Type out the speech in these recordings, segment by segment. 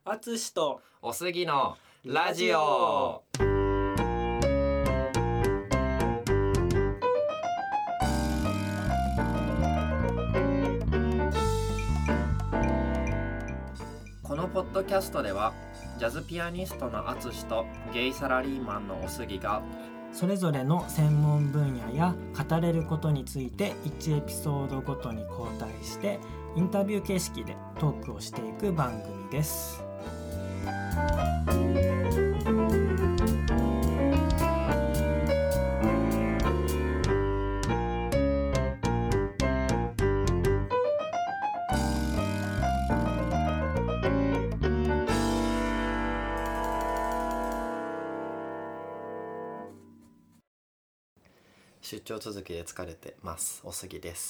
あつしとおすぎのラジオ。このポッドキャストではジャズピアニストのあつしとゲイサラリーマンのおすぎがそれぞれの専門分野や語れることについて1エピソードごとに交代してインタビュー形式でトークをしていく番組です。 出張続きで疲れてますおすぎです。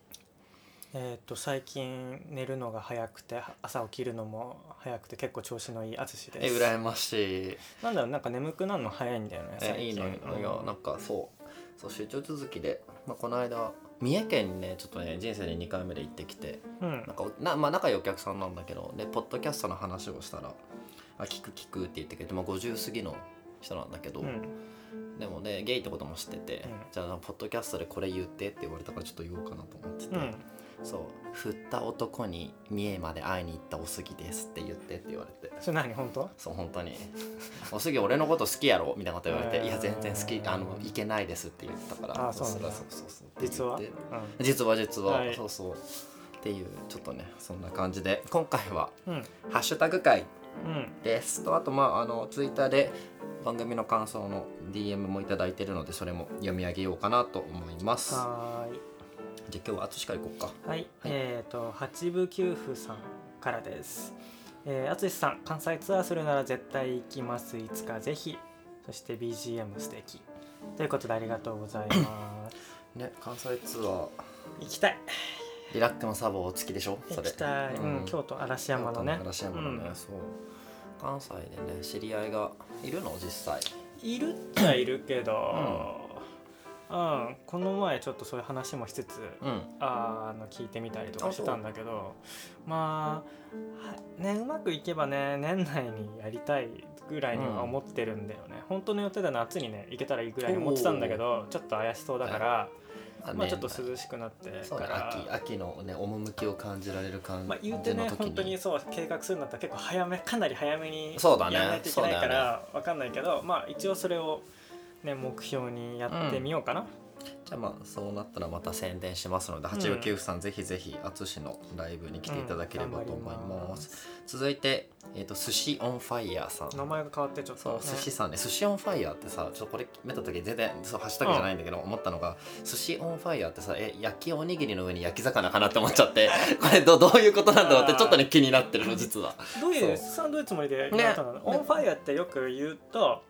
最近寝るのが早くて朝起きるのも早くて結構調子のいいあつしです。 羨ましい。 なんか眠くなるの早いんだよね最近。 いいのよ。なんかそう出張続きで、この間三重県にねちょっとね人生で2回目で行ってきて、仲いいお客さんなんだけどでポッドキャストの話をしたら聞くって言ってくれて、50過ぎの人なんだけど、でもねゲイってことも知ってて、じゃあポッドキャストでこれ言ってって言われたからちょっと言おうかなと思ってて、そう振った男に三重まで会いに行ったおすぎですって言ってって言われて、 それ何本当？ そう本当におすぎ俺のこと好きやろみたいなこと言われて、いや全然好き行けないですって言ったから、 そうなんだ。 そう実は、 実は、 はい、 そうっていうちょっとねそんな感じで今回は、ハッシュタグ会ですと、あとツイッターで番組の感想の DM もいただいているのでそれも読み上げようかなと思います。 はい。 じゃあ今日はあつしからいこうか。 はい、八部九夫さんからです。あつしさん、関西ツアーするなら絶対行きます、いつかぜひ。そして BGM 素敵ということでありがとうございますね、関西ツアー行きたい。 リラックのサボ付きでしょそれ。 行きたい、京都嵐山のね。 嵐山のね、そう関西でね知り合いがいるの実際。 いるっちゃいるけど、この前ちょっとそういう話もしつつ、聞いてみたりとかしてたんだけど、うまくいけばね年内にやりたいぐらいには思ってるんだよね。本当の予定では夏にね行けたらいいぐらいに思ってたんだけど、ちょっと怪しそうだから、ちょっと涼しくなってから秋のね趣を感じられる感じの時に、 言うてね本当にそう計画するんだったら結構かなり早めにやらないといけないから分かんないけど、一応それをね目標にやってみようかな。 じゃあそうなったらまた宣伝しますので、八部九夫さんぜひぜひあつしのライブに来ていただければと思います。続いて寿司オンファイヤーさん、 名前が変わってちょっと、 寿司さんね。寿司オンファイヤーってさ、ちょっとこれ見た時全然ハッシュタグじゃないんだけど、思ったのが寿司オンファイヤーってさ、焼きおにぎりの上に焼き魚かなって思っちゃってこれどういうことなんだろうってちょっとね気になってるの実は。 どういうつもりで言ったの？オンファイヤーってよく言うと、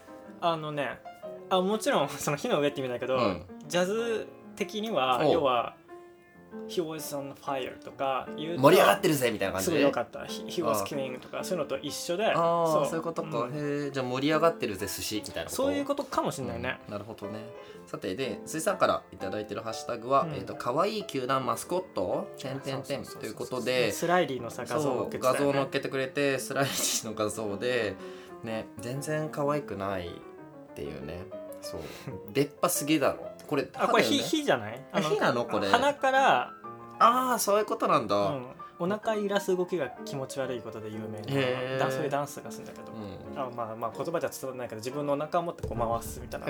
もちろんその火の上って意味だけど、ジャズ的には要はHe was on fire とか言うと盛り上がってるぜみたいな感じで、 すごいよかった。He was killing とかそういうのと一緒で、 そういうことか。じゃあ盛り上がってるぜ寿司みたいなこと。 そういうことかもしれないね。 なるほどね。さてで水さんからいただいてるハッシュタグは可愛い球団マスコットということで、 スライリーのさ画像を載っけてくれて、スライリーの画像でね全然可愛くないっていうね。そう出っ歯すぎだろこれ。 これ火じゃない？ 火なのこれ。 鼻からそういうことなんだ。 お腹揺らす動きが気持ち悪いことで有名なそういうダンスがするんだけど、言葉じゃ伝わらないけど自分のお腹を持ってこう回すみたいな。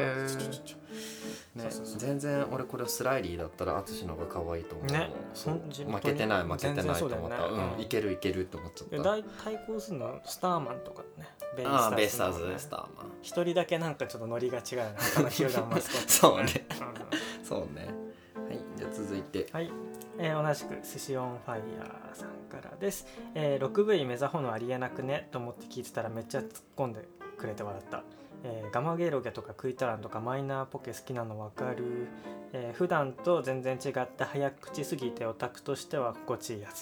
全然俺これスライリーだったら淳の方が可愛いと思うね。負けてないと思った。いけると思っちゃった。 対抗するのスターマンとかね。 ベイスターズスターマン一人だけなんかちょっとノリが違うな他の球団マスコット。 そうねそうね。はい、じゃあ続いて、 はい、同じく寿司オンファイヤーさんからです。6V 目指ほのありえなくねと思って聞いてたらめっちゃ突っ込んでくれて笑った。ガマゲロゲとかクイタランとかマイナーポケ好きなの分かる。普段と全然違って早口すぎてオタクとしては心地いいやつ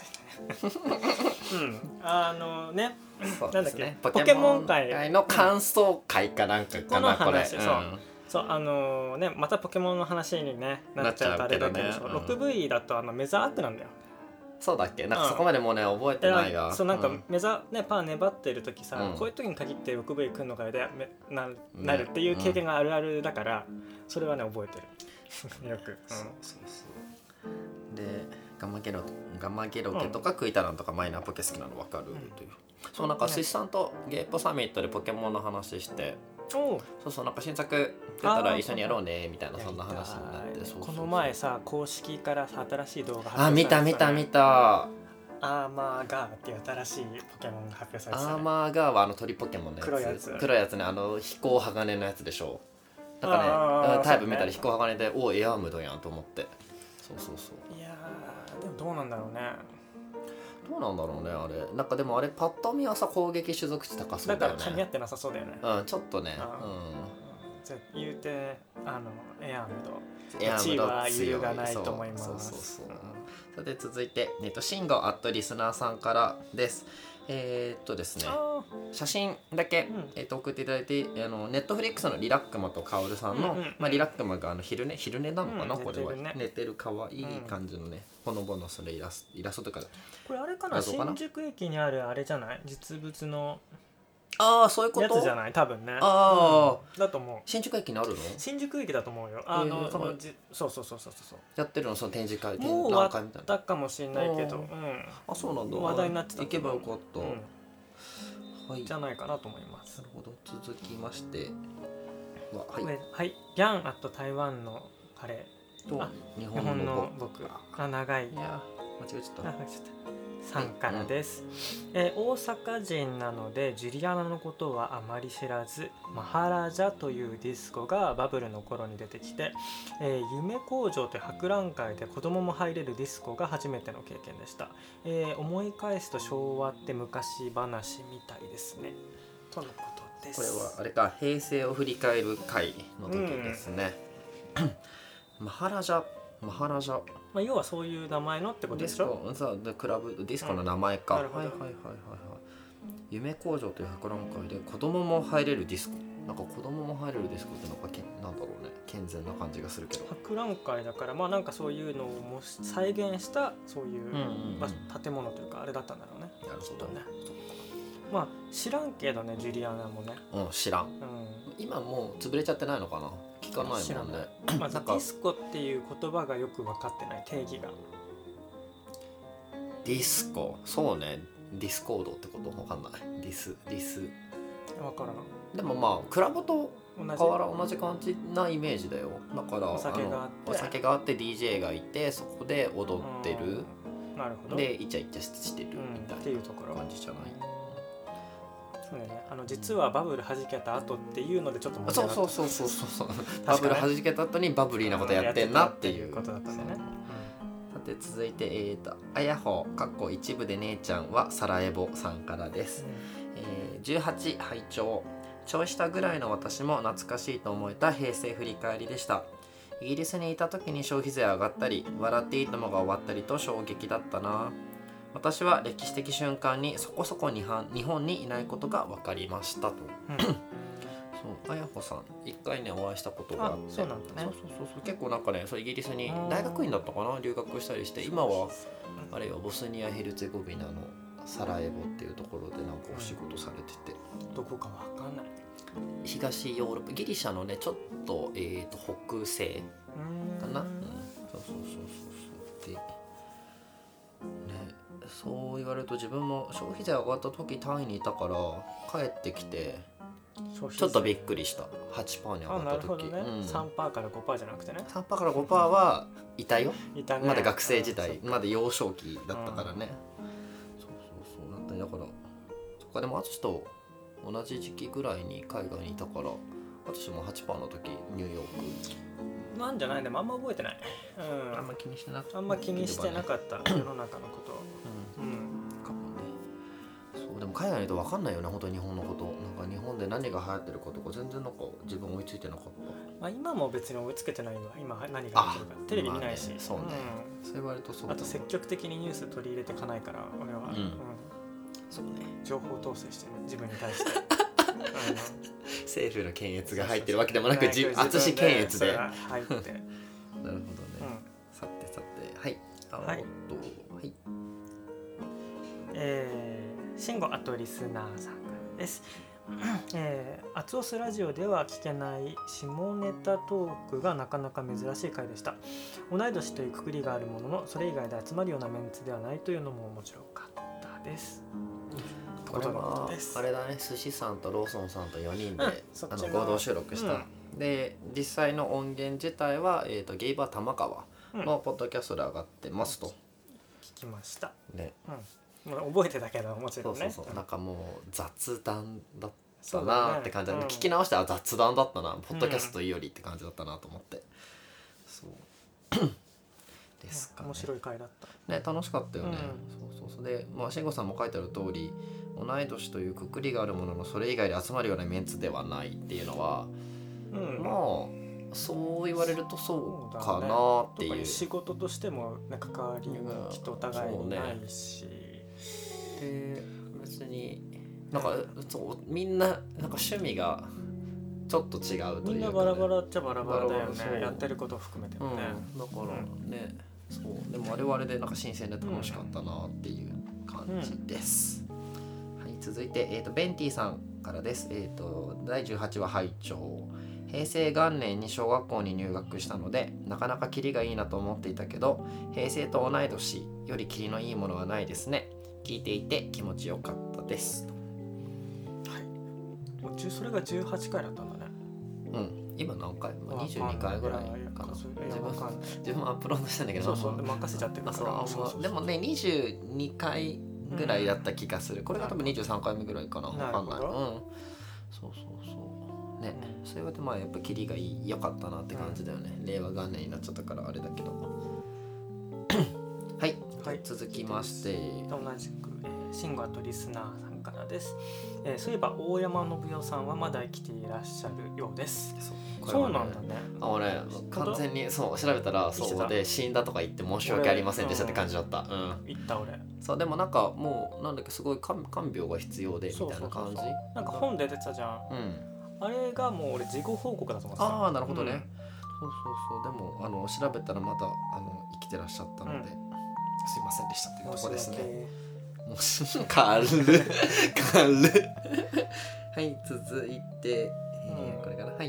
ね。なんだっけ、ポケモン界の感想会かなんかかなこれ。 またポケモンの話に、ね、なっちゃうとあれだけど、6V だとメザーアックなんだよ。 そうだっけ、なんかそこまでもうね、覚えてないが、 そうなんかパー粘ってる時さ、こういう時に限って 6V 来るのかでなるっていう経験があるあるだから、それはね覚えてるよく。 そうでガンマゲロゲとかクイタランとかマイナーポケ好きなの分かるという、そうなんかスイスさんとゲーポサミットでポケモンの話して、そうなんか新作出たら一緒にやろうねみたいな、そんな話になって、 この前さ公式から新しい動画発表されてた、見たアーマーガーっていう新しいポケモンが発表されてた、 アーマーガーは鳥ポケモンのやつ、黒いやつね、飛行鋼のやつでしょ。なんかね、タイプ見たら飛行鋼で、おエアームドやんと思って。そういやでもどうなんだろうね、 あれ。なんかでもあれパッと見はさ、攻撃種族値高そうだよね。 だから噛み合ってなさそうだよね。 ちょっとね。 言うてエアームド1位は揺るがないと思います。 さて続いてシンゴ@リスナーさんからです。ですね、写真だけ、送っていただいて、ネットフリックスのリラックマとカオルさんの、リラックマが昼寝なのかな、これは寝てるかわいい感じのね、ほのぼのするイラストとかで、 これあれかな、新宿駅にあるあれじゃない、実物のそういうことやつじゃない、多分ね。だと思う。 新宿駅にあるの？ 新宿駅だと思うよ。そうやってるの、その展示会、 もう終わったかもしれないけど、 そうなんだ。 話題になってた。 行けばよかった。 じゃないかなと思います。 なるほど。続きましてはい、ギャン台湾の彼と日本の僕、長い、 間違えちゃったさんからです。大阪人なのでジュリアナのことはあまり知らず、マハラジャというディスコがバブルの頃に出てきて、夢工場という博覧会で子供も入れるディスコが初めての経験でした。思い返すと昭和って昔話みたいですね、とのことです。 これはあれか、平成を振り返る会の時ですね。マハラジャ、 要はそういう名前のってことでしょ。 クラブディスコの名前か。夢工場という博覧会で子供も入れるディスコ、なんか子供も入れるディスコってなんだろうね、健全な感じがするけど、 博覧会だからなんかそういうのをも再現したそういう建物というかあれだったんだろうね。 なるほどね。知らんけどね、ジュリアナもね。 知らん。今もう潰れちゃってないのかな、聞かないもんね。 ディスコっていう言葉がよく分かってない、定義が。 ディスコ、そうね、ディスコードってこと分かんない。ディス分からん。 でもクラブと同じ感じなイメージだよ。だからお酒があって DJ がいて、そこで踊ってる、 なるほど。 でイチャイチャしてるみたいなっていうところ感じじゃない。 そうね、実はバブル弾けた後っていうのでちょっと問題だった。 そうバブル弾けた後にバブリーなことやってんなっていうことだったんだね。 さて続いてあやほ一部で姉ちゃんはサラエボさんからです。18拝聴、ちょい下ぐらいの私も懐かしいと思えた平成振り返りでした。イギリスにいた時に消費税上がったり、笑っていいともが終わったりと衝撃だったな。私は歴史的瞬間にそこそこ日本にいないことが分かりましたと。そうあやほさん一回ねお会いしたことがあって、 そうなんだね。 そう結構なんかね、イギリスに大学院だったかな、留学したりして、今はあれよ、ボスニア・ヘルツェゴビナのサラエボっていうところでなんかお仕事されてて、 どこかわかんない。 東ヨーロッパ、ギリシャのねちょっと北西かな。そうでね、そう言われると自分も消費税上がった時タイにいたから帰ってきてちょっとびっくりした。8% に上がった時。 なるほどね。3% から 5% じゃなくてね。 3% から 5% はいたよ。 いたね。 まだ学生時代、まだ幼少期だったからね。そうだからそっか。でも淳と同じ時期ぐらいに海外にいたから、淳も 8% の時ニューヨークなんじゃない。でもあんま覚えてない。 あんま気にしてなかった。 あんま気にしてなかった世の中のこと。 かもね。そうでも海外にいると分かんないよね、本当に日本のこと。なんか日本で何が流行ってることか全然なんか自分追いついてなかった。 今も別に追いつけてないわ。今何が起きてるかテレビ見ないし。 そうね。それ割とそう。 あと積極的にニュース取り入れていかないから俺は。 そうね。 情報統制して自分に対して。 政府の検閲が入ってるわけでもなく、淳検閲で入って。なるほどね。 さてはい。 慎吾あとリスナーさんからです。アツオスラジオでは聞けない下ネタトークがなかなか珍しい回でした。同い年というくくりがあるものの、それ以外で集まるようなメンツではないというのも面白かったです。 これはあれだね、寿司さんとローソンさんと4人で、合同収録した、で実際の音源自体は、ゲイバー玉川のポッドキャストで上がってますと、 聞きましたね、 覚えてたけどもちろんね、 そうなんかもう雑談だったなって感じで、聞き直しては雑談だったな、ポッドキャストよりって感じだったなと思って、そうですかね。 面白い回だったね、楽しかったよね、そうで、慎吾さんも書いてある通り、同い年というくくりがあるものの、それ以外で集まるようなメンツではないっていうのは、そう言われるとそうかなっていう。 仕事としても、関わりもきっとお互いにないし、 で別になんかみんななんか趣味がちょっと違うというか、ね、 みんなバラバラっちゃバラバラだよね、やってることを含めてもね、 だからね、そうでも我々でなんか新鮮で楽しかったなっていう感じです、はい、続いて、ベンティさんからです。第18話拝聴。平成元年に小学校に入学したので、なかなかキリがいいなと思っていたけど、平成と同い年よりキリのいいものはないですね。聞いていて気持ちよかったです。 はい。それが18回だったんだね。 今何回？22回ぐらいかな。自分アップロードしたんだけど、 そう任せちゃってるから。 でもね、22回ぐらいだった気がする。これが多分23回目ぐらいかな。わかんない。そうね、それはやっぱキリが良かったなって感じだよね、令和元年になっちゃったからあれだけどはい、続きまして同じく、慎吾とリスナーさんからです、そういえば大山信代さんはまだ生きていらっしゃるようです。そうなんだね。 俺完全に調べたらそうで、死んだとか言って申し訳ありませんでしたって感じだった。 言った俺。 そうでもなんかもうなんだっけ、すごい看病が必要でみたいな感じ。 なんか本で出てたじゃん。あれがもう俺事後報告だと思ってた。 ああなるほどね。そうでも調べたらまだ生きてらっしゃったので、すいませんでしたっていうところですね。もう軽はい、続いて、これかな。はい。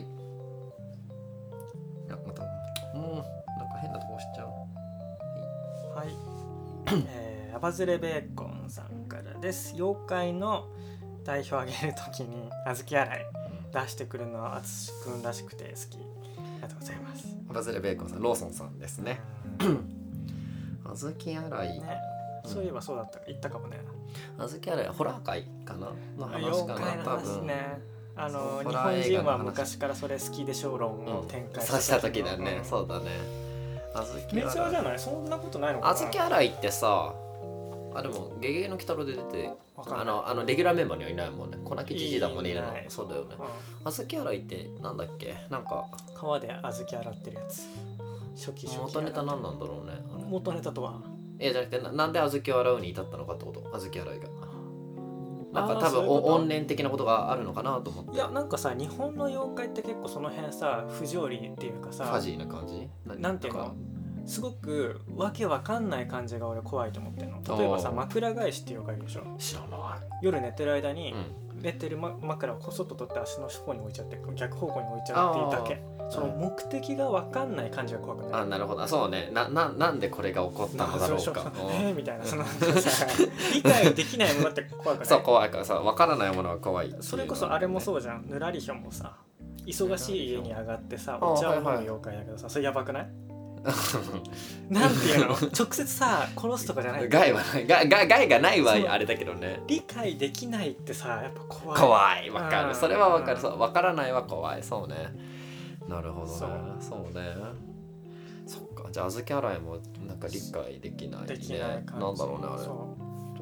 またなんか変なとこ押しちゃう。 はい。アバズレベーコンさんからです。妖怪の代表を挙げるときに小豆洗い出してくるのは淳くんらしくて好き。ありがとうございます。 アバズレベーコンさん、ローソンさんですね。小豆洗い、 そういえばそうだった、言ったかもね。 小豆洗いはホラー界かなの話かな、多分ね。 日本人は昔からそれ好きでしょう論を展開した時だね。そうだね。 メジャーじゃない？そんなことないのかな。 小豆洗いってさ、でもゲゲゲの鬼太郎で出て、レギュラーメンバーにはいないもんね。粉木じじだもんね、いるの。そうだよね。小豆洗いってなんだっけ、なんか川で小豆洗ってるやつ。初期元ネタ何なんだろうね。 元ネタとはじゃなくて、なんで小豆を洗うに至ったのかってこと。小豆洗いがなんか多分怨念的なことがあるのかなと思って。 いや、なんかさ、日本の妖怪って結構その辺さ、不条理っていうかさ、 ファジーな感じなんていうの、すごくわけわかんない感じが俺怖いと思ってるの。例えばさ、枕返しっていう妖怪でしょ。 知らない。 夜寝てる間に、寝てる枕をこそっと取って足の方に置いちゃって、逆方向に置いちゃうっていうだけ。その目的が分かんない感じが怖くない？ なるほど。そうね。なんでこれが起こったのだろうか。 みたいな、そのさ、理解できないものって怖くない？ そう、怖いからさ、分からないものは怖い。 それこそあれもそうじゃん。ぬらりひょんもさ、忙しい家に上がってさ、お茶を飲む妖怪だけどさ、それやばくない？なんていうの？直接さ、殺すとかじゃない。 害はない。害がないはあれだけどね。 理解できないってさ、やっぱ怖い。 怖い。分かる。それは分かる。そう、分からないは怖い。そうね。なるほどね。そうね。そっか。じゃあ小豆洗いもなんか理解できないね。なんだろうね、あれ。ちょ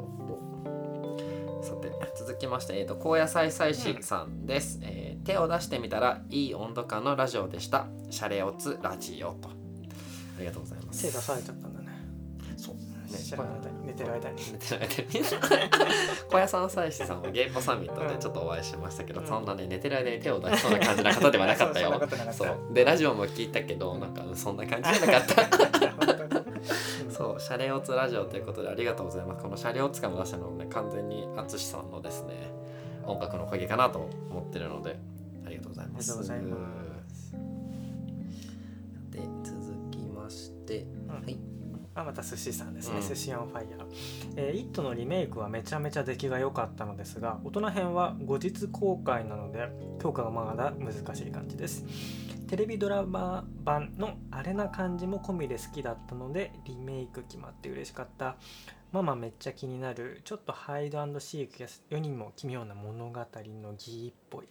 っと。さて、続きまして、高野菜菜師さんです。手を出してみたらいい温度感のラジオでした。シャレオツラジオと。ありがとうございます。 手出されちゃったんだね。 そう。 知らない間に寝てる間に小屋さん祭司さんもゲイポサミットでちょっとお会いしましたけど、そんなね寝てる間に手を出しそうな感じな方ではなかったよ。そうでラジオも聞いたけどなんかそんな感じじゃなかった。 そうシャレオツラジオということでありがとうございます。このシャレオツ感を出したのもね完全にあつしさんのですね音楽のおかげかなと思ってるのでありがとうございます。 ありがとうございます。 で続きまして、はい。 また寿司さんですね、寿司オンファイヤー。イットのリメイクはめちゃめちゃ出来が良かったのですが、大人編は後日公開なので評価がまだ難しい感じです。テレビドラマ版のあれな感じも込みで好きだったのでリメイク決まって嬉しかった。ママめっちゃ気になるちょっとハイド&シークや世にも奇妙な物語のギーっぽい。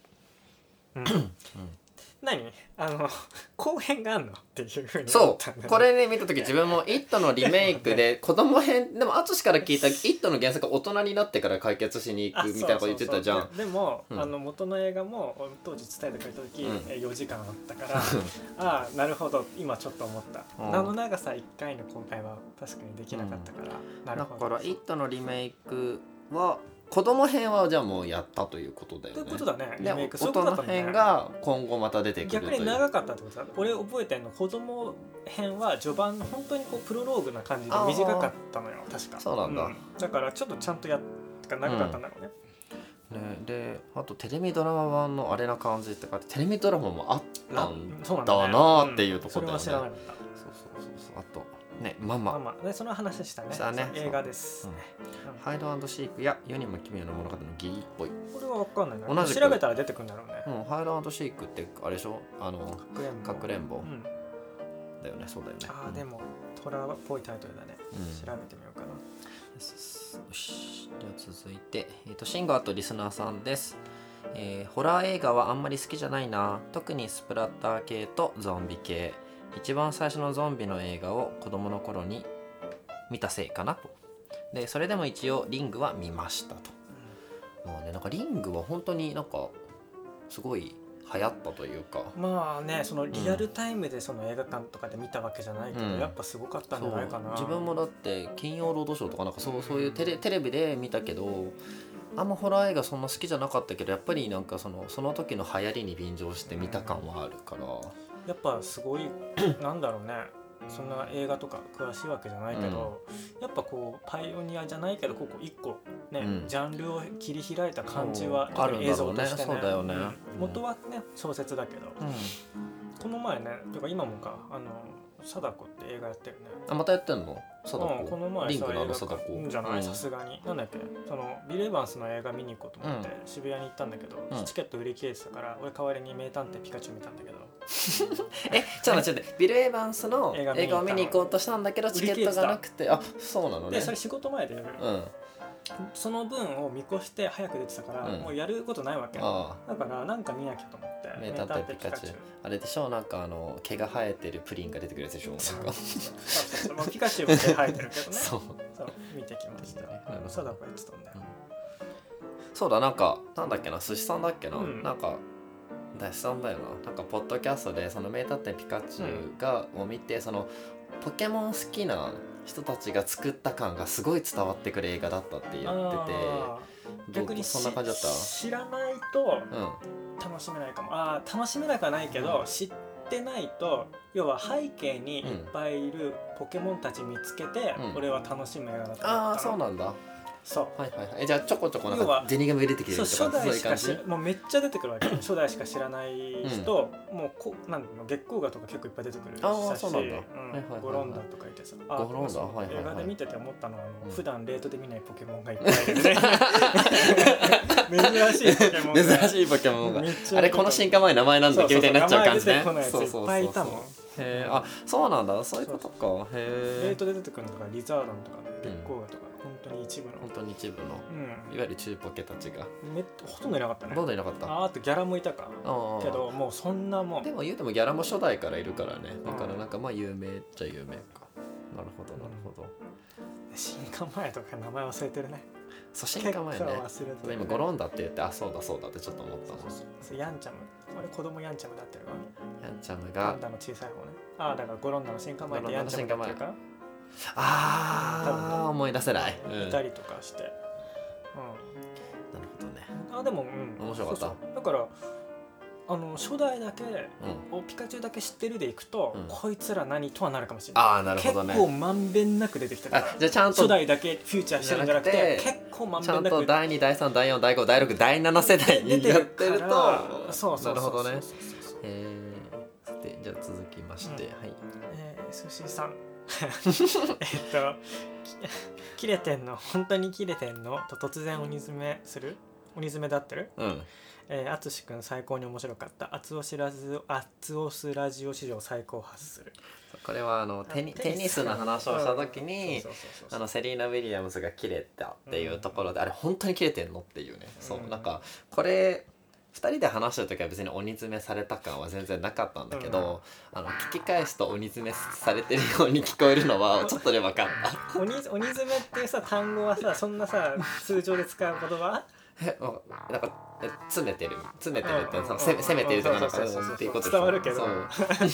何後編があんのっていう風に思ったんだよね。 そうこれね見た時自分も「イット!」のリメイクで子供編でも淳から聞いた「イット!」の原作が大人になってから解決しに行くみたいなこと言ってたじゃん。 でも、元の映画も当時伝えてくれた時、4時間あったからああなるほど今ちょっと思った、あの長さ1回の公開は確かにできなかったから、なるほど。 だから「イット!」のリメイクは子供編はじゃあもうやったということだよね。 ということだね。 リメイク大人編が今後また出てくるという。 逆に長かったってことだ。俺覚えてんの子供編は序盤の本当にこうプロローグな感じで短かったのよ確か。 そうなんだ、 だからちょっとちゃんとやって長かったんだろうね。 であとテレビドラマ版のあれな感じってかテレビドラマもあったんだなっていうところだよね。 それは知らなかった。 そうあとねママでその話したね。映画です、 ハイド&シークや世にも奇妙な物語のギーっぽい。 これは分かんないな。調べたら出てくるんだろうね。 ハイド&シークってあれでしょかくれんぼ、だよね。そうだよね。 でもトラっぽいタイトルだね、調べてみようかな。 よしでは続いて、シンガーとリスナーさんです。ホラー映画はあんまり好きじゃないな。特にスプラッター系とゾンビ系。一番最初のゾンビの映画を子供の頃に見たせいかなと。でそれでも一応リングは見ましたと。もうねなんかリングは本当になんかすごい流行ったというか、 まあねそのリアルタイムでその映画館とかで見たわけじゃないけど、やっぱすごかったんじゃないかな。 自分もだって金曜ロードショーとかなんかそういうテレビで見たけど、あんまホラー映画そんな好きじゃなかったけどやっぱりなんかその時の流行りに便乗して見た感はあるから、 やっぱすごいなんだろうね。そんな映画とか詳しいわけじゃないけど、やっぱこうパイオニアじゃないけどここ一個ね、ジャンルを切り開いた感じはあるんだろうね。 映像としてね。 そうだよね。 元はね小説だけど、この前ねとか今もか貞子って映画やってるね。 またやってんの？貞子。 この前リンクの貞子じゃない、さすがに。なんだっけ、そのビル・エヴァンスの映画見に行こうと思って渋谷に行ったんだけど、チケット売り切れてたから俺代わりに名探偵ピカチュウ見たんだけどちょっと待ってビル・エヴァンスの映画を見に行こうとしたんだけどチケットがなくて、そうなのね。 でそれ仕事前でその分を見越して早く出てたから、もうやることないわけ。だからなんか見なきゃと思って名探偵ピカチュウ。あれでしょ、なんか毛が生えてるプリンが出てくるやつでしょ。 そうピカチュウも毛生えてるけどね。そう見てきました。貞子やってたんだよ。 そうだ、なんかなんだっけな、寿司さんだっけな、なんか大師さんだよな。なんかポッドキャストでその名探偵ピカチュウがを見て、そのポケモン好きな人たちが作った感がすごい伝わってくる映画だったって言ってて、 逆にそんな感じだった？ 知らないと楽しめないかも。楽しめなくはないけど、知ってないと、要は背景にいっぱいいるポケモンたち見つけて、俺は楽しむ映画だった。 そうなんだ。 そうはいはいはい。じゃあちょこちょこなんかゼニガメ出てきてるとか、 初代しかもうめっちゃ出てくるわけ。初代しか知らない人、もうなんの月光河とか結構いっぱい出てくるし、 そうなんだ。 ゴロンダとかいてさ、 ゴロンダ、 映画で見てて思ったのは普段レートで見ないポケモンがいっぱいいるね。珍しいポケモンが。珍しいポケモンが。あれこの進化前名前なんだっけみたいになっちゃう感じね。そうそうそう。いっぱいいたもん。そうなんだ。そういうことか。レートで出てくるのがリザードンとか月光河とか。本当に一部の、いわゆる中ポケたちがほとんどいなかったね。ほとんどいなかった。あとギャラもいたかけど、もうそんなもん。でも言うてもギャラも初代からいるからね。だからなんかまあ有名っちゃ有名か。なるほどなるほど。進化前とか名前忘れてるね。そう、進化前ね。今ゴロンダって言ってそうだってちょっと思ったもん。ヤンチャム、あれ子供ヤンチャムだってるわ。ヤンチャムがゴロンダの小さい方ね。だからゴロンダの進化前ってヤンチャムだってるから。思い出せない。いたりとかして、なるほどね。でも面白かった。だから初代だけ、ピカチュウだけ知ってるでいくと、こいつら何とはなるかもしれない。なるほどね。 結構まんべんなく出てきたから。 じゃあちゃんと初代だけフューチャーしてるんじゃなくて、結構まんべんなくちゃんと第2第3第4第5第6第7世代にやってると、 そうなるほどね。じゃあ続きまして、はい。 寿司さん切れてんの本当に切れてんのと突然鬼詰めする鬼詰めだってる。あつしくん最高に面白かった。アツオスラジオ史上最高発する。 これはテニスの話をした時にセリーナ・ウィリアムズが切れたっていうところで、あれ本当に切れてんのっていうね。そうなんかこれ2人で話してる時は別に鬼詰めされた感は全然なかったんだけど、聞き返すと鬼詰めされてるように聞こえるのはちょっとで分かった。 鬼詰めっていうさ単語はさそんなさ通常で使う言葉なんか詰めてるって攻めてるとかなんかっていうこと伝わるけどそうね。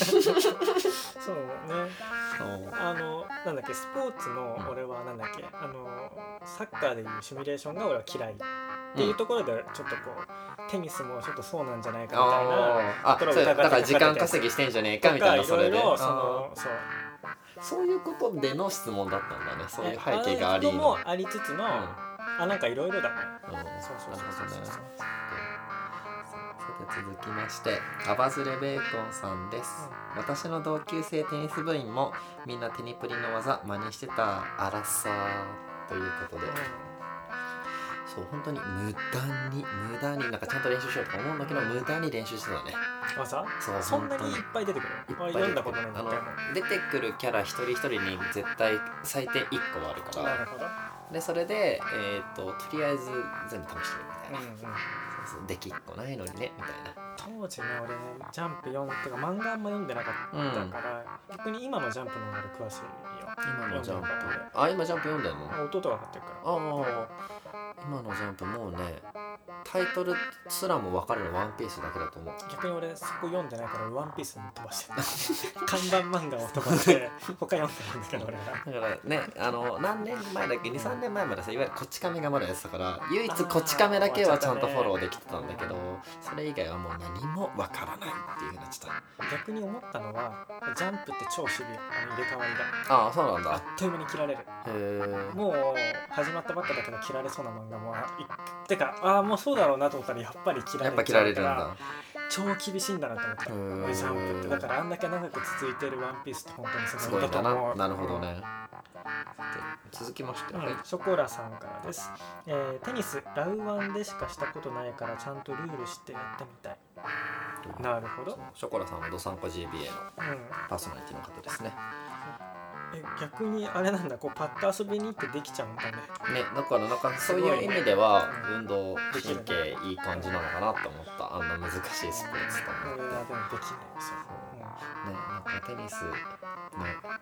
なんだっけスポーツの俺はなんだっけサッカーでいうシミュレーションが俺は嫌いっていうところでちょっとこうテニスもちょっとそうなんじゃないかみたいなところを疑ってだから時間稼ぎしてんじゃねえかみたいな。それでそういうことでの質問だったんだね。そういう背景がありもありつつのなんかいろいろだね。そうさて続きましてアバズレベーコンさんです。私の同級生テニス部員もみんなテニプリの技真似してたあらさということで、そう本当に無駄になんかちゃんと練習しようとか思うんだけど、無駄に練習してたね。 技？そんなにいっぱい出てくる？読んだことないんだけど出てくるキャラ一人一人に絶対最低1個はあるから。 なるほど。 でそれで、とりあえず全部試してるみたいな、そうできっこないのにねみたいな。 当時ね俺ねジャンプ読んでてか漫画あんま読んでなかったから、逆に今のジャンプの方が詳しいよ。 今のジャンプ今ジャンプ読んでんの？ 弟が買ってるから。 今のジャンプもうねタイトルすらも分かるのワンピースだけだと思う。 逆に俺そこ読んでないからワンピースに飛ばしてる看板漫画を飛ばして他読んでるんだけど俺は。 だからね何年前だっけ 2,3 年前までさいわゆるこち亀がまだやってたから唯一こち亀だけはちゃんとフォローできてたんだけど、それ以外はもう何も分からないっていう風になっちゃった。 逆に思ったのはジャンプって超シビア入れ替わりがそうなんだ。 あっという間に切られる。もう始まったばっかだけど切られそうな漫画もてかもうそうだろうなと思ったらやっぱり切られるんだ。超厳しいんだなと思ったジャンプって。だからあんだけ長く続いてるワンピースって本当にすごいんだと思う。 なるほどね。続きまして、 ショコラさんからです。テニスラウワンでしかしたことないからちゃんとルールしてやってみたい。なるほど。 ショコラさんはドサンコ GBA のパーソナリティの方ですね。 逆にあれなんだこうパッと遊びに行ってできちゃうんだね。 だからなんかそういう意味では運動神経いい感じなのかなと思った。あんな難しいスポーツと。 俺はでもできないですよ。 なんかテニスねなんか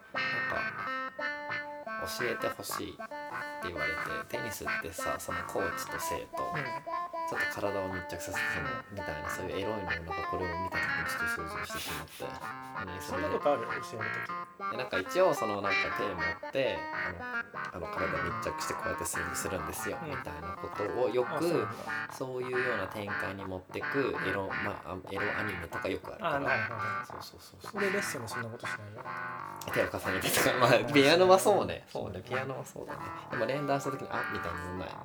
教えてほしいって言われて、テニスってさそのコーチと生徒、ちょっと体を密着させてみたいなそういうエロいのなんかこれを見た時にちょっと想像してしまって。 そんなことある？教える時。 なんか一応そのなんか手を持って体密着してこうやってスイングするんですよ、みたいなことをよくそういうような展開に持ってくエロアニメとかよくあるから。 なるほど。そうでレッスンでそんなことしないよ。 手を重ねてとかピアノはそうねピアノはそうだね。でも連弾した時にみたいなのないね。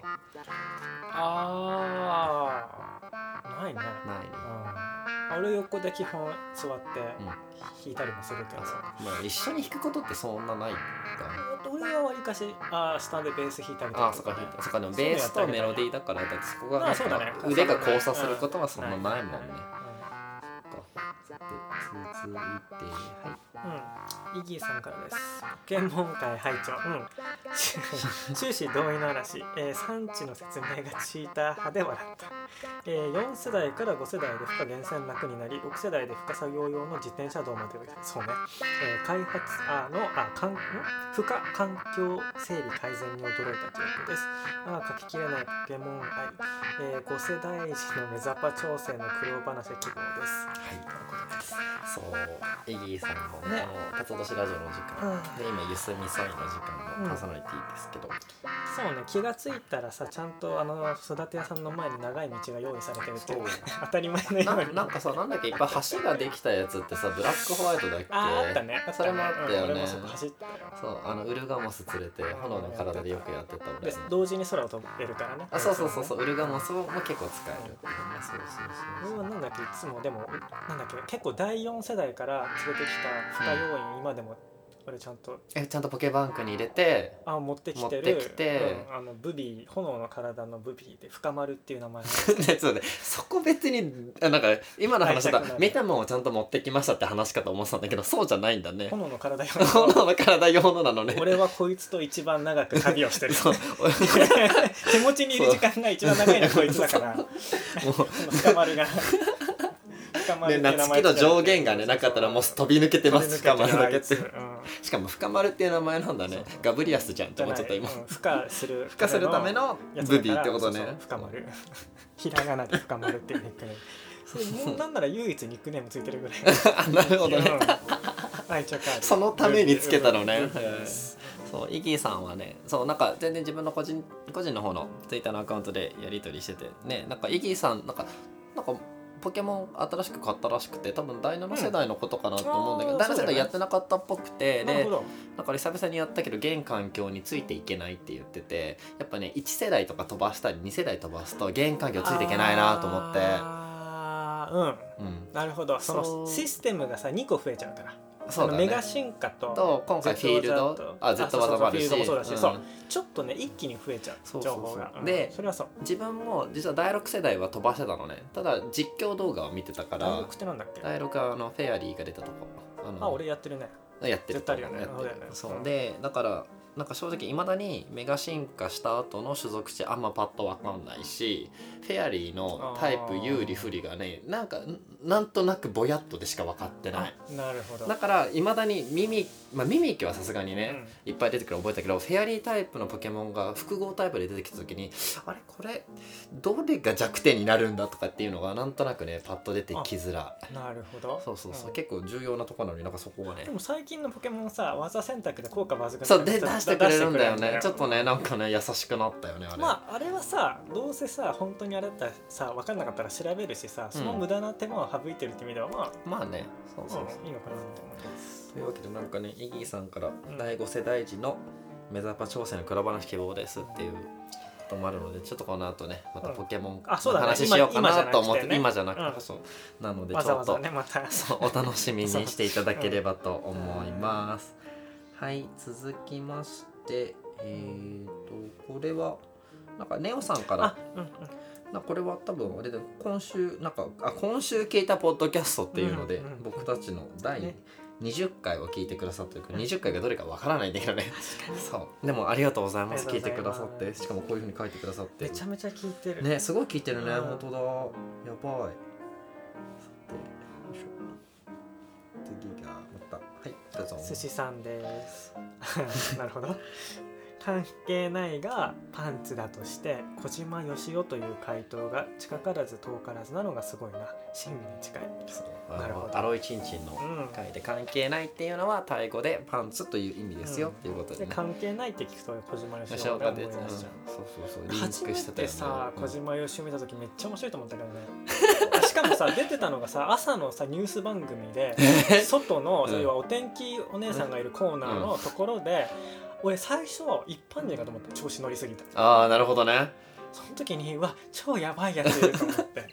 ないね。俺横で基本座って弾いたりもするけど、 一緒に弾くことってそんなないか。 俺はわりかし下でベース弾いたりとか。 そっかでもベースとメロディーだからそこが腕が交差することはそんなないもんね。続いてイギーさんからです。ポケモン界拝聴。終始同意の嵐。産地の説明がチーター派で笑った。4世代から5世代で負荷厳選楽になり、6世代で負荷作業用の自転車道までそうね。開発負荷環境整備改善に驚いたということです。書ききれないポケモン愛。5世代時のメザパ調整の苦労話希望です。ということそうイギーさんの、ね、辰年ラジオの時間、で今ゆすみそいの時間のパーソナリティですけど、 そうね、気がついたらさちゃんと育て屋さんの前に長い道が用意されてるっていう当たり前のようになんかさ、なんだっけ、いっぱい橋ができたやつってさ、ブラックホワイトだっけ。 あったね、 それもあったよね。 俺もそこ走ったよ。 そうウルガモス連れて炎の体でよくやってた俺。 で同時に空を飛べるからね。 そうウルガモスも結構使える。 そうなんだっけ、いつもでもなんだっけ、結構第4世代から連れてきた負荷要因、今でも俺ちゃんとポケバンクに入れて持ってきて、ブビー、炎の体のブビーで深丸っていう名前ね、そうね、そこ別になんか今の話だとメタモンをちゃんと持ってきましたって話かと思ってたんだけど、そうじゃないんだね。 炎の体用のなのね。 俺はこいつと一番長く旅をしてる手持ちにいる時間が一番長いのはこいつだからもう深丸がね、夏希の上限がねなかったらもう飛び抜けてます。深丸だけって、しかも深丸っていう名前なんだね。ガブリアスじゃんって思っちゃった今。 孵化するためのブビーってことね。 深丸ひらがなで深丸っていうニックネームもうなんなら唯一ニックネームついてるぐらいなるほどね愛着ある。 そのためにつけたのね。そうイギーさんはね、そうなんか全然自分の個人の方のツイッターのアカウントでやり取りしててね、なんかイギーさんなんかポケモン新しく買ったらしくて、多分第7世代のことかなと思うんだけど、第7世代やってなかったっぽくて、でなんか久々にやったけど現環境についていけないって言ってて、やっぱね1世代とか飛ばしたり2世代飛ばすと現環境ついていけないなと思って。 なるほど。そのシステムがさ2個増えちゃうから。 そうだね、 メガ進化と今回フィールドZ 技もあるし、 フィールドもそうだし、そうちょっとね一気に増えちゃう情報が。 でそれはそう。 自分も実は第6世代は飛ばしてたのね。ただ実況動画を見てたから。 第6ってなんだっけ？ 第6はフェアリーが出たとこ。 俺やってるね。 やってる。 絶対あるよね。 そうでだからなんか正直いまだにメガ進化した後の種族値あんまパッと分かんないし、フェアリーのタイプ有利不利がねなんとなくぼやっとでしか分かってない。 なるほど。 だからいまだにミミッキュはさすがにね、いっぱい出てくる覚えたけど、フェアリータイプのポケモンが複合タイプで出てきた時にあれこれどれが弱点になるんだとかっていうのがなんとなくねパッと出てきづらい。 なるほど。 そう結構重要なところなのになんかそこがね。 でも最近のポケモンさ技選択で効果抜群そうで出してくれるんだよね。ちょっとねなんかね優しくなったよねあれ。 あれはさどうせさ本当にあれだったらさ分かんなかったら調べるしさ、その無駄な手間を省いてるって意味ではまあねそういいのかなって思います。 というわけでなんかねイギーさんから第5世代時のメザパ挑戦の黒話希望ですっていうこともあるので、ちょっとこの後ねまたポケモンの話しようかなと思って今じゃなくてそうなのでちょっとお楽しみにしていただければと思います。はい、続きましてこれはなんかネオさんからこれは多分あれだ今週聞いたポッドキャストっていうので、僕たちの第20回を聞いてくださってるから20回がどれかわからないんだけどねそうでもありがとうございます。聞いてくださって、しかもこういう風に書いてくださってめちゃめちゃ聞いてるね。すごい聞いてるね。本当だやばい。次がまたはいどうぞ。 寿司さんですなるほど。関係ないがパンツだとして小島よしおという回答が近からず遠からずなのがすごいな。真理に近い。 なるほど。アロイチンチンの回で関係ないっていうのはタイ語でパンツという意味ですよっていうことで、ね、 関係ないって聞くと小島よしおが思い出しちゃう。 そうリンクしてたよね。初めてさ小島よしお見た時めっちゃ面白いと思ったけどねしかもさ出てたのがさ朝のさニュース番組で外の要はお天気お姉さんがいるコーナーのところで、俺最初一般人かと思って調子乗りすぎた。 ああなるほどね。 その時に超やばいやついると思って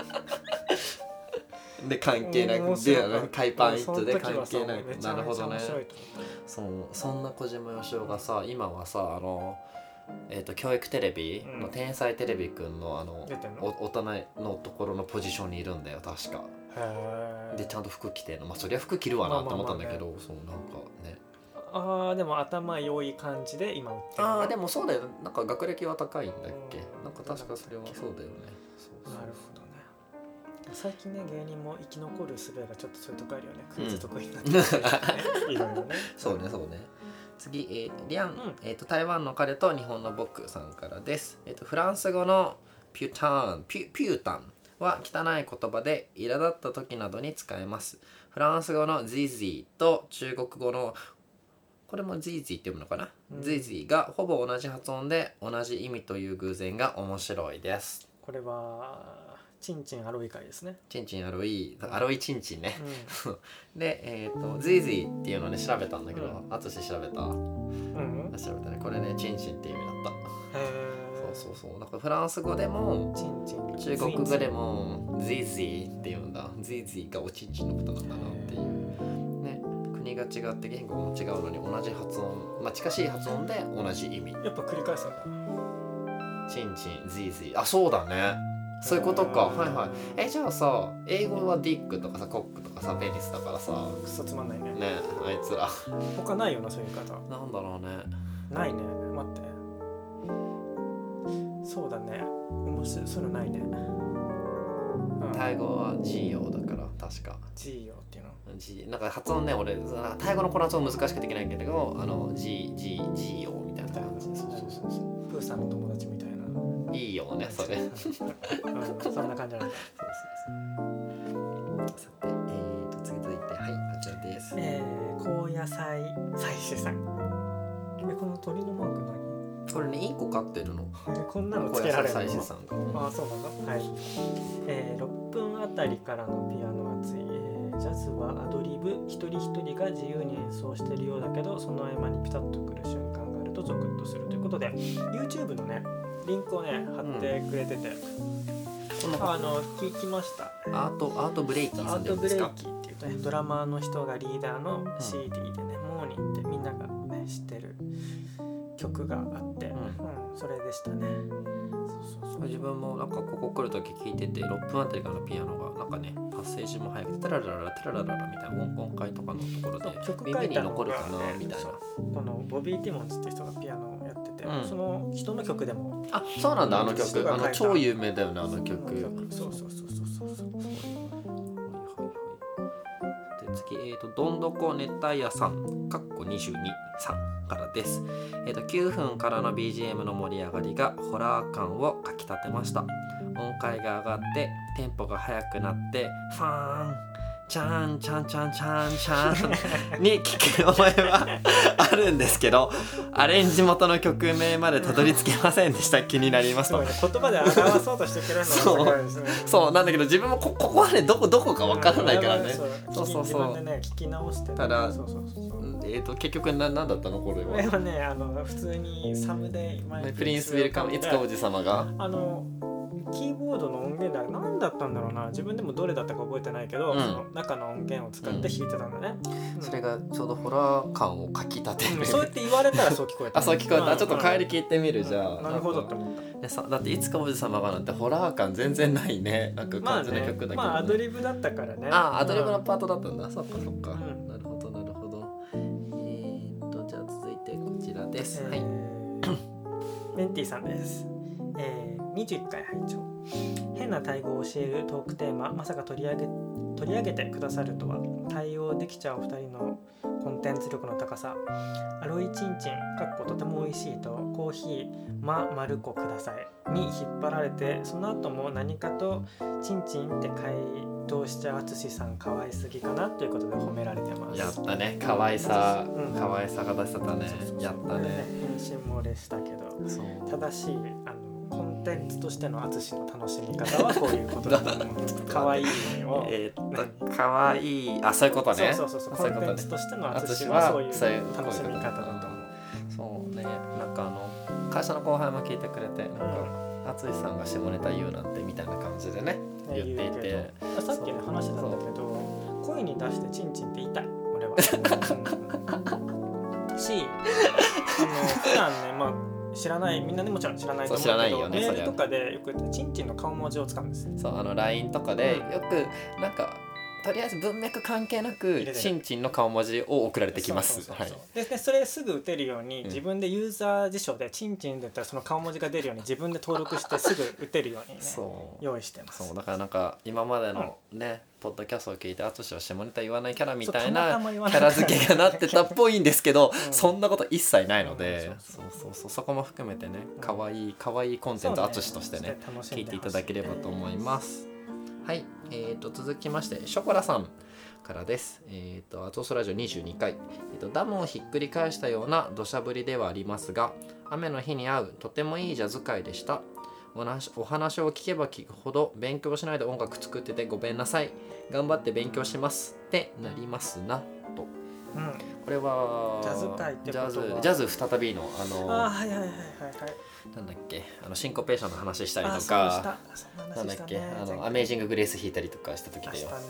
で関係ないで海パンイットで関係ない。なるほどね。そんな小島よしおがさ今はさ教育テレビの天才テレビくんの大人のところのポジションにいるんだよ確か。でちゃんと服着てるの。そりゃ服着るわなと思ったんだけど、そうなんかね。 でも頭良い感じで今売ってる。 でもそうだよ。なんか学歴は高いんだっけ。なんか確かそれはそうだよね。 なるほどね。最近ね芸人も生き残る術がちょっとそういうとこあるよね。クイズ得意になってるね。いろいろね。 そうね。次リアン、台湾の彼と日本の僕さんからです。フランス語のピュータンは汚い言葉で苛立った時などに使えます。フランス語の zizi と中国語のこれも zizi って読むのかな、zizi がほぼ同じ発音で同じ意味という偶然が面白いです。 これはチンチンアロイ会ですね。 チンチンアロイチンチンね、でzizi っていうのね調べたんだけど、あつし調べた、調べたね。これねチンチンっていう意味だった。へー、そうだからフランス語でもチンチン、 中国語でも zizi って言うんだ。zizi がおちんちんのことなんだなっていうね。国が違って言語も違うのに同じ発音、近しい発音で同じ意味。 やっぱ繰り返すんだ。 チンチン zizi、 あ、そうだね、そういうことか。はいはい。じゃあさ、英語はディックとかさ、コックとかさ、ペニスだからさ、 くそつまんないね。 ね、あいつら他ないよな、そういう言い方。 なんだろうね。 ないね。待って。そうだね。面白い、そういうのないね。 タイ語は G 用だから確か。 G 用っていうの。 G、なんか発音ね、俺タイ語のこの発音難しくできないけど、G 用みたいな感じ。そう。 プーさんの友達みたいな。 いいよね、それ。 そんな感じなんだ。 さて、続いて、はい、こちらです。 高野菜採取さん。この鳥のマーク何？ これね、インコ飼ってるの。 こんなのつけられるの？ 高野菜採取さんが。 あ、そうなんだ。はい。6分あたりからのピアノがつい、ジャズはアドリブ、一人一人が自由に演奏しているようだけど、その合間にピタッとくる瞬間があるとゾクッとするということで、 YouTube のねリンクをね貼ってくれてて、聞きました。 アートブレイキーさんアートブレイキーっていうとね、ドラマーの人がリーダーの CD でね、モーニンってみんながね知ってる曲があって、それでしたね。そう自分もなんかここ来る時聞いてて、6分あたりからのピアノがなんかね、パッセージも早くてタラララタラララみたいな音階とかのところで耳に残るかなみたいな。 このボビー・ティモンズっていう人がピアノをやってて、その人の曲でも、 あ、そうなんだ。あの曲、超有名だよね、あの曲。 そう。で次、どんどこ熱帯夜さん22さんからです。9分からの BGM の盛り上がりがホラー感をかきたてました。音階が上がってテンポが速くなってファーンチャンチャンチャンチャンチャンに聞く覚えはあるんですけど、アレンジ元の曲名までたどり着けませんでした。気になりますと。 言葉で表そうとしてくれるのがすごいですね。 そうなんだけど、自分もここはね、どこかわからないからね。 そう自分でね聞き直して、 ただ結局何だったのこれは。 これはね、普通にサムデイプリンスウェルカム、いつか王子様がキーボードの音源で何だったんだろうな、自分でもどれだったか覚えてないけど、その中の音源を使って弾いてたんだね。 それがちょうどホラー感をかきたてる。 そうやって言われたらそう聞こえた。 あ、そう聞こえた。ちょっと帰り聞いてみるじゃあ。 なるほどって思った。 だっていつか王子様がなんてホラー感全然ないね。なんか感じの曲だけど。 アドリブだったからね。 アドリブのパートだったんだ。そっか。なるほど。じゃあ続いてこちらです。はい。 メンティさんです。21回拝聴。変なタイ語を教えるトークテーマ、まさか取り上げてくださるとは。対応できちゃうお二人のコンテンツ力の高さ。アロイチンチンとても美味しいとコーヒーマルコくださいに引っ張られて、その後も何かとチンチンって回答しちゃう淳さん、可愛すぎかなということで褒められてます。 やったね、可愛さが出せたね。やったね。 返信漏れしたけど、正しいコンテンツとしての淳の楽しみ方はこういうことだと思う。可愛いを可愛い、あ、そういうことね。 そうコンテンツとしての淳はそういう楽しみ方だと思う。 そうね、なんか会社の後輩も聞いてくれて、なんか淳さんが下ネタ言うなんてみたいな感じでね言っていて、 さっきね話してたんだけど、声に出してチンチンって言いたい俺は。し、普段ね、知らない、みんなでもちろん知らないと思うけど、メールとかでよくチンチンの顔文字を使うんですよ。 そう、LINE とかでよくなんかとりあえず文脈関係なくチンチンの顔文字を送られてきます。 でそれすぐ打てるように、自分でユーザー辞書でチンチンで言ったらその顔文字が出るように自分で登録してすぐ打てるようにね用意してます。 そうだからなんか今までのね、ポッドキャストを聞いて淳は下ネタ言わないキャラみたいなキャラ付けがなってたっぽいんですけど、そんなこと一切ないので、そこも含めてね、可愛いコンテンツ淳としてね聞いていただければと思います。 はい、続きましてショコラさんからです。アトスラジオ22回、ダムをひっくり返したような土砂降りではありますが、雨の日に合うとてもいいジャズ会でした。お話を聞けば聞くほど勉強しないで音楽作っててごめんなさい、頑張って勉強しますってなりますなと、うん、これはジャズ会ってことはジャズ再びのはいはいはいはいはい、 なんだっけ、シンコペーションの話したりとか、なんだっけ、アメージンググレース弾いたりとかした時だよ。そう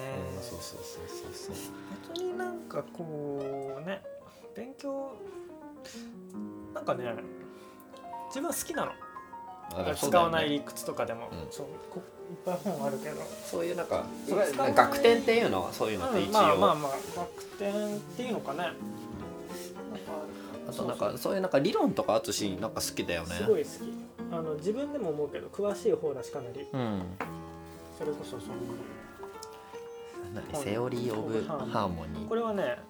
別になんかこうね、勉強なんかね、自分は好きなの。使わない理屈とかでも、そういっぱい本あるけど、 そういうなんか学点っていうのはそういうのって一応、 まあ学点っていうのかね。 あとなんかそういうなんか理論とかあつしなんか好きだよね。 すごい好き。自分でも思うけど詳しい方だしかなり。それこそそのセオリーオブハーモニー。 これはね、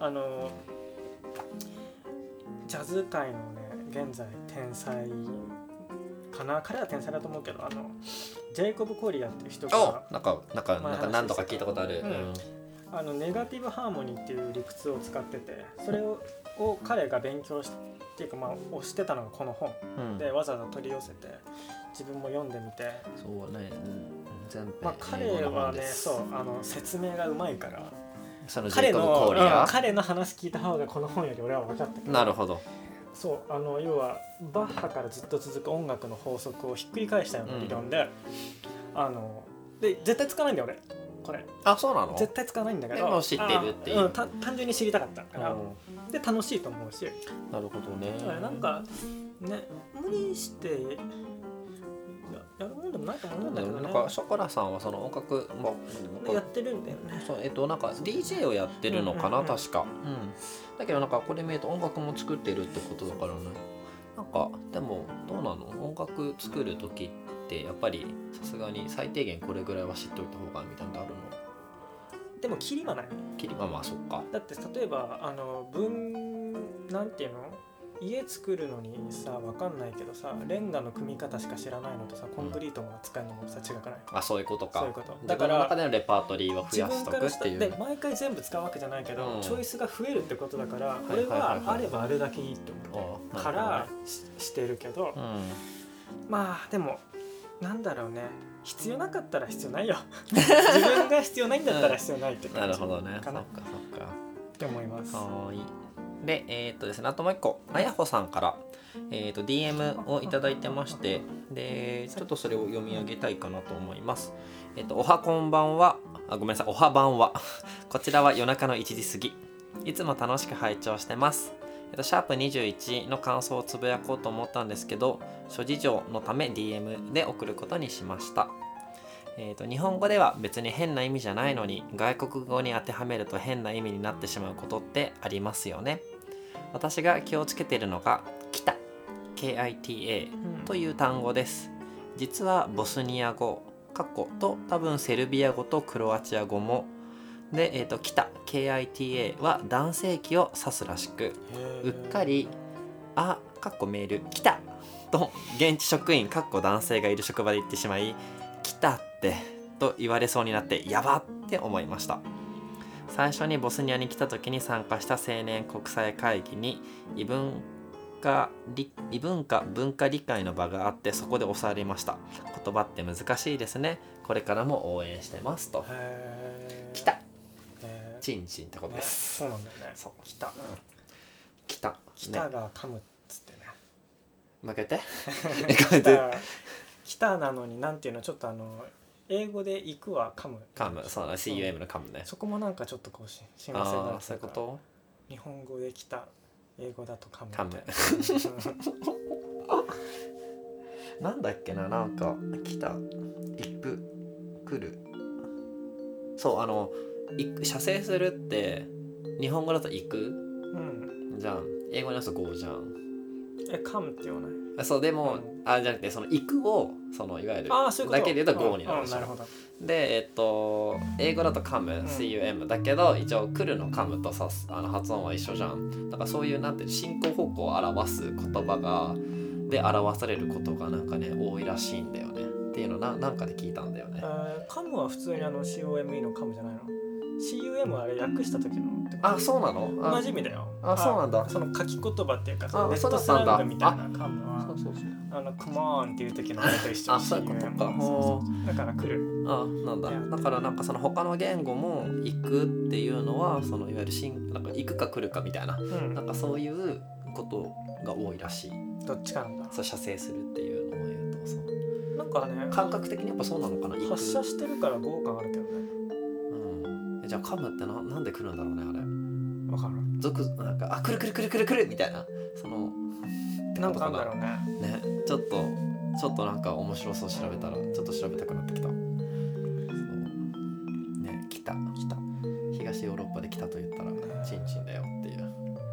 ジャズ界のね現在天才かな、彼は天才だと思うけど、ジェイコブ・コリアっていう人がなんか何度か聞いたことある、 ネガティブハーモニーっていう理屈を使ってて、それを彼が勉強していうか推してたのがこの本、でわざわざ取り寄せて自分も読んでみて、 そうね、全部彼はね、そう説明がうまいから、 そのジェイコブ・コリア、 彼の話聞いた方がこの本より俺は分かったけど。 なるほど。 そう要はバッハからずっと続く音楽の法則をひっくり返したような理論で、で絶対使わないんだよ俺これ。 そうなの？ 絶対使わないんだけど、 でも知ってるっていう、 単純に知りたかったから、で楽しいと思うし。 なるほどね。 なんかね、無理してやるもんでもないと思うんだけどね。 なんかショコラさんはその音楽もやってるんだよね。 そうなんか DJ をやってるのかな、確か。だけどなんかこれ見ると音楽も作ってるってことだからね。なんかでもどうなの？音楽作る時ってやっぱりさすがに最低限これぐらいは知っといた方がみたいなのあるの？ でもキリはない。 キリはまあそっか。 だって例えばなんていうの？家作るのにさ、分かんないけどさ、レンガの組み方しか知らないのとさ、コンクリートが使えるのもさ違くない？ そういうことか。 そういうこと。 だから自分の中でのレパートリーを増やしとくっていう。 で毎回全部使うわけじゃないけど、チョイスが増えるってことだから、俺はあればあれだけいいって思うからしてるけど、まあでもなんだろうね、必要なかったら必要ないよ。自分が必要ないんだったら必要ないって感じ。 なるほどね。そっかそっか。 って思います。 で、ですね、あともう一個、あやほさんから、DM をいただいてまして、で、ちょっとそれを読み上げたいかなと思います。おはこんばんは、ごめんなさい、おはばんは。こちらは夜中の1時過ぎ。いつも楽しく拝聴してます。シャープ21の感想をつぶやこうと思ったんですけど、諸事情のため DM で送ることにしました。日本語では別に変な意味じゃないのに、外国語に当てはめると変な意味になってしまうことってありますよね。私が気をつけているのがキタ KITA という単語です。実はボスニア語と多分セルビア語とクロアチア語もで、キタ KITA は男性器を指すらしく、うっかりメールキタと現地職員男性がいる職場で言ってしまい、来たってと言われそうになってやばって思いました。最初にボスニアに来た時に参加した青年国際会議に異文化文化理解の場があって、そこで教わりました。言葉って難しいですね。これからも応援してますと。来たチンチンってことです。 そうなんだよね。そう来た来たが噛むっつってね。 負けて来たなのになんていうの、ちょっと英語で行くは噛む、 そうだ、CUM の噛むね。 そこもなんかちょっとこう親和性がある。 そういうこと。 日本語で来た、英語だと噛むなんだっけな、なんか来た行く来る、そう射精するって日本語だと行く、じゃん、英語だと go じゃん。 噛むって言わない？ そうでも、じゃなくてその行くをいわゆるだけで言うと go になるでしょ。で英語だと come、cum だけど一応来るの come と発音は一緒じゃん。だからそういうなんて進行方向を表す言葉で表されることがなんかね多いらしいんだよね。 っていうのなんかで聞いたんだよね。 カムは普通にCOME のカムじゃないの？ CUM はあれ訳した時のってあ、そうなの？ 同じ意味だよ。 あ、そうなんだ。 その書き言葉っていうかそのネッそうだトサったんだ。 ウンドみたいなカムはそうそうそう。 come on っていう時のあれと一緒。 あ、そういうことか。 だから来る。 あ、なんだ。だからなんかその他の言語も行くっていうのはそのいわゆるなんか行くか来るかみたいな、なんかそういうことが多いらしい。 どっちかなんだ。 そう射精するっていうのを言うとそう。 なんかね感覚的にやっぱそうなのかな。 発射してるから豪華あるけどね。 じゃあカムってなんで来るんだろうねあれ。 わかる。 なんか来るみたいなそのなんかあんだろうね。 ね、ちょっとなんか面白そう調べたらちょっと調べたくなってきた。そうね、来た東ヨーロッパで来たと言ったらチンチンだよっていう。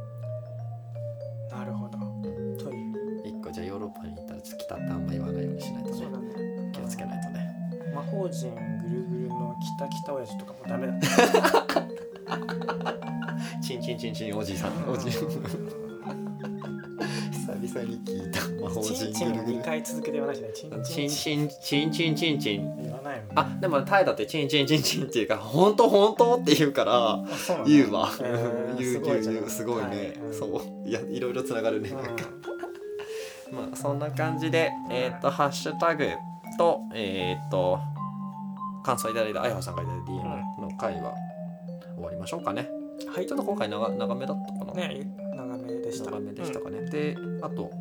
なるほど。という一個じゃあヨーロッパに行ったら来たってあんま言わないようにしないとね。 そうだね。 気をつけないとね。 魔法陣ぐるぐるの北親父とかもダメだね。 チンおじさんおじ久々に聞いた魔法陣チンチンを2回続けて言わないしね。チン言わないもんね。 あ、でもタイだってチンっていうか本当って言うから言うわ。言うすごいね。そういやいろいろつながるね。まあそんな感じでハッシュタグと感想いただいたあやほさんがいただいた DM の回は終わりましょうかね。はい、ちょっと今回長めだったかな。 ね、長めでしたかね。で、あと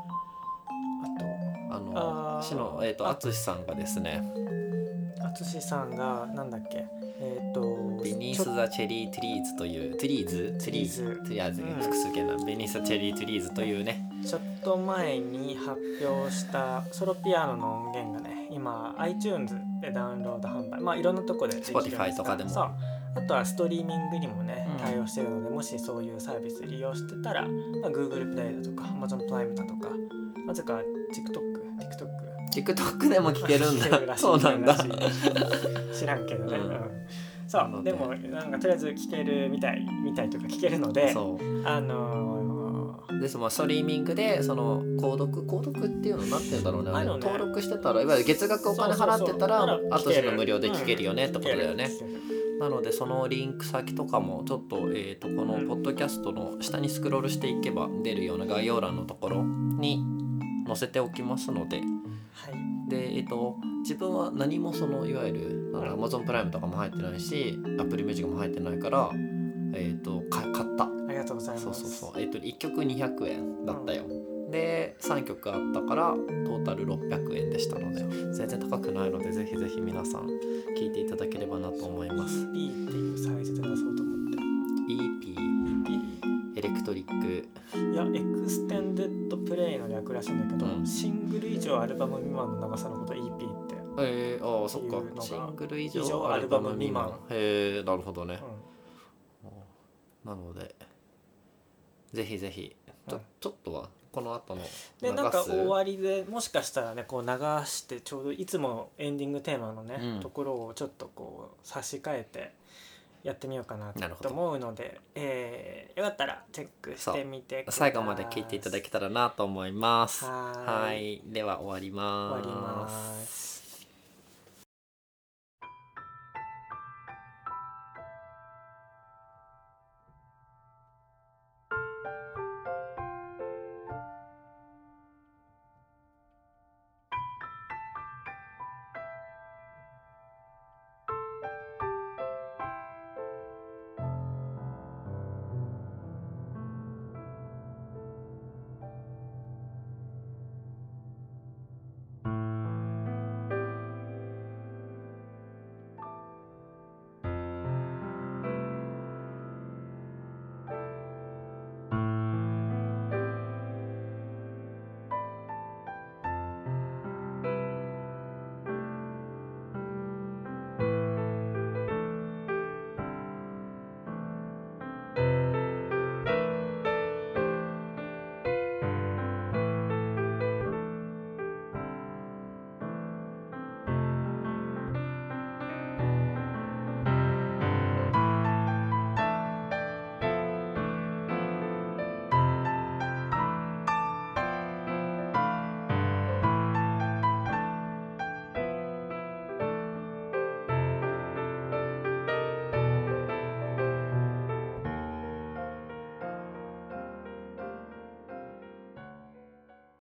あつしさんがですね。 あつしさんがなんだっけ、 ベニース・ザ・チェリー・トゥリーズというトゥリーズ複数形なベニース・ザ・チェリー・トゥリーズというね。 ちょっと前に発表したソロピアノの音源がね、今 iTunes でダウンロード販売、まあいろんなとこでできるんですが、 Spotify とかでもそう、あとはストリーミングにもね対応しているので、もしそういうサービス利用してたら、まあ、Google プレイだとか Amazon プライムだとか、なぜか TikTok でも聞けるんだ。そうなんだ。 知らんけどね。そうでもなんかとりあえず聞けるみたいとか聞けるので、 でそのストリーミングでその購読っていうのなんて言うんだろうね。登録してたらいわゆる月額お金払ってたらあと無料で聞けるよねってことだよね。なのでそのリンク先とかもちょっとこのポッドキャストの下にスクロールしていけば出るような概要欄のところに載せておきますので、で自分は何もそのいわゆるAmazon プライムとかも入ってないし Apple Music も入ってないから買った。 ありがとうございます。 そう1曲200円だったよ。で3曲あったからトータル600円でしたので全然高くないのでぜひぜひ皆さん聴いていただければなと思います。 EP っていうサイズで出そうと思って。 EP エレクトリック、 いやエクステンデッドプレイの略らしいんだけど、シングル以上アルバム未満の長さのこと EP ってそっか、シングル以上アルバム未満。なるほどね。なのでぜひぜひちょっとはこの後のでなんか終わりでもしかしたらねこう流してちょうどいつもエンディングテーマのね、ところをちょっとこう差し替えてやってみようかなと思うので、よかったらチェックしてみてください。 最後まで聞いていただけたらなと思います。はい、では終わります。